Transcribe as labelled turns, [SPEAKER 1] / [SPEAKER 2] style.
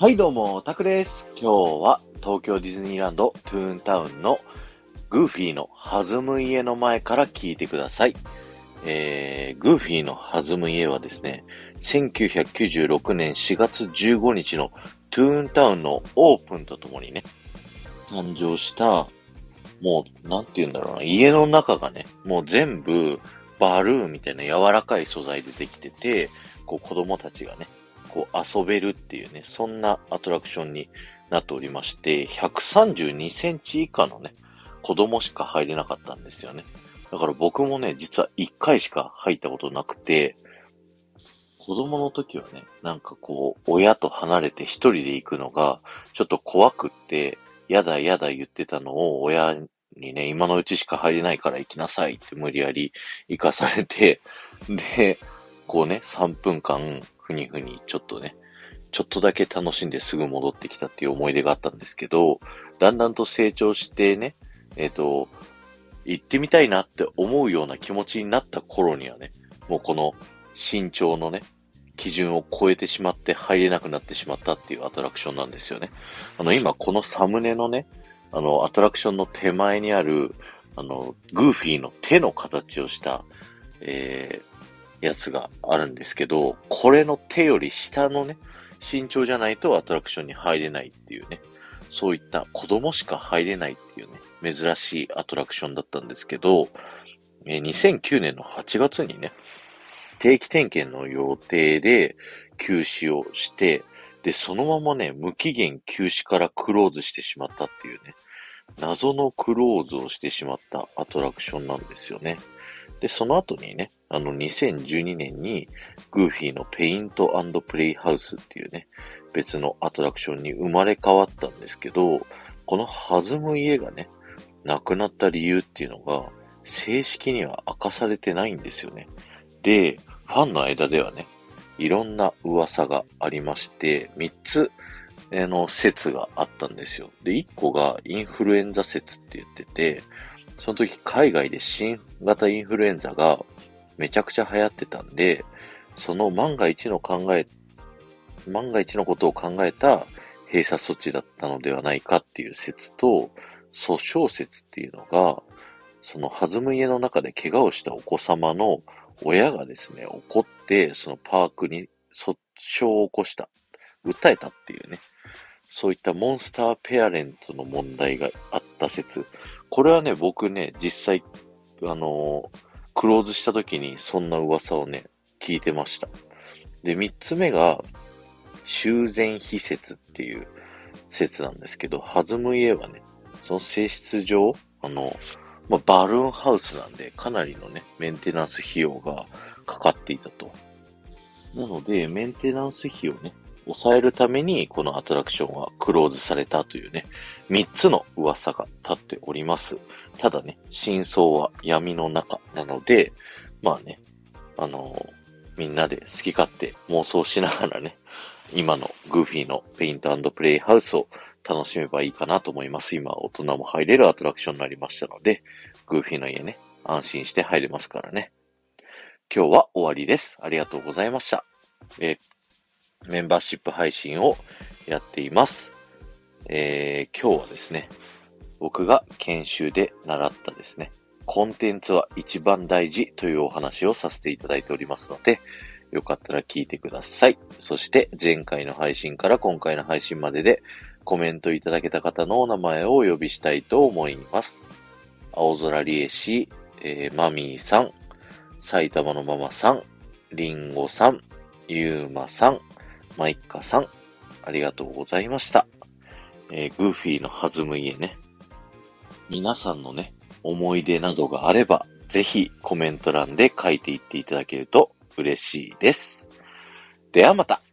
[SPEAKER 1] はいどうも、タクです。今日は東京ディズニーランドトゥーンタウンのグーフィーの弾む家の前から聞いてください。グーフィーの弾む家はですね、1996年4月15日のトゥーンタウンのオープンとともにね、誕生した、もう、なんて言うんだろうな、家の中がね、もう全部バルーンみたいな柔らかい素材でできてて、こう子供たちがね、こう遊べるっていうね、そんなアトラクションになっておりまして、132センチ以下のね、子供しか入れなかったんですよね。だから僕もね、実は1回しか入ったことなくて、子供の時はね、なんかこう、親と離れて一人で行くのが、ちょっと怖くって、やだやだ言ってたのを親にね、今のうちしか入れないから行きなさいって無理やり行かされて、で、こうね、3分間、ふにふにちょっとね、ちょっとだけ楽しんですぐ戻ってきたっていう思い出があったんですけど、だんだんと成長してね、行ってみたいなって思うような気持ちになった頃にはね、もうこの身長のね、基準を超えてしまって入れなくなってしまったっていうアトラクションなんですよね。今このサムネのね、アトラクションの手前にある、グーフィーの手の形をした、やつがあるんですけど、これの手より下のね、身長じゃないとアトラクションに入れないっていうね、そういった子供しか入れないっていうね、珍しいアトラクションだったんですけど、2009年の8月にね、定期点検の予定で休止をして、で、そのままね、無期限休止からクローズしてしまったっていうね、謎のクローズをしてしまったアトラクションなんですよね。で、その後にね、2012年にグーフィーのペイント&プレイハウスっていうね、別のアトラクションに生まれ変わったんですけど、この弾む家がね、亡くなった理由っていうのが、正式には明かされてないんですよね。で、ファンの間ではね、いろんな噂がありまして、3つ、説があったんですよ。で、1個がインフルエンザ説って言ってて、その時海外で新型インフルエンザがめちゃくちゃ流行ってたんで、その万が一のことを考えた閉鎖措置だったのではないかっていう説と、訴訟説っていうのが、その弾む家の中で怪我をしたお子様の親がですね、怒って、そのパークに訴訟を起こした、訴えたっていうね、そういったモンスターペアレントの問題があった説。これはね、僕ね、実際、クローズした時にそんな噂をね、聞いてました。で、三つ目が、修繕費説っていう説なんですけど、弾む家はね、その性質上、バルーンハウスなんで、かなりのね、メンテナンス費用がかかっていたと。なので、メンテナンス費をね、抑えるために、このアトラクションはクローズされたというね、3つの噂が立っております。ただね、真相は闇の中なので、まあね、みんなで好き勝手妄想しながらね、今のグーフィーのペイント&プレイハウスを楽しめばいいかなと思います。今、大人も入れるアトラクションになりましたので、グーフィーの家ね、安心して入れますからね。今日は終わりです。ありがとうございました。メンバーシップ配信をやっています。今日はですね、僕が研修で習ったですね、コンテンツは一番大事というお話をさせていただいておりますので、よかったら聞いてください。そして前回の配信から今回の配信まででコメントいただけた方のお名前をお呼びしたいと思います。青空リエシー、マミーさん、埼玉のママさん、リンゴさん、ゆうまさん、マイカさん、ありがとうございました。グーフィーの弾む家ね。皆さんのね、思い出などがあれば、ぜひコメント欄で書いていっていただけると嬉しいです。ではまた。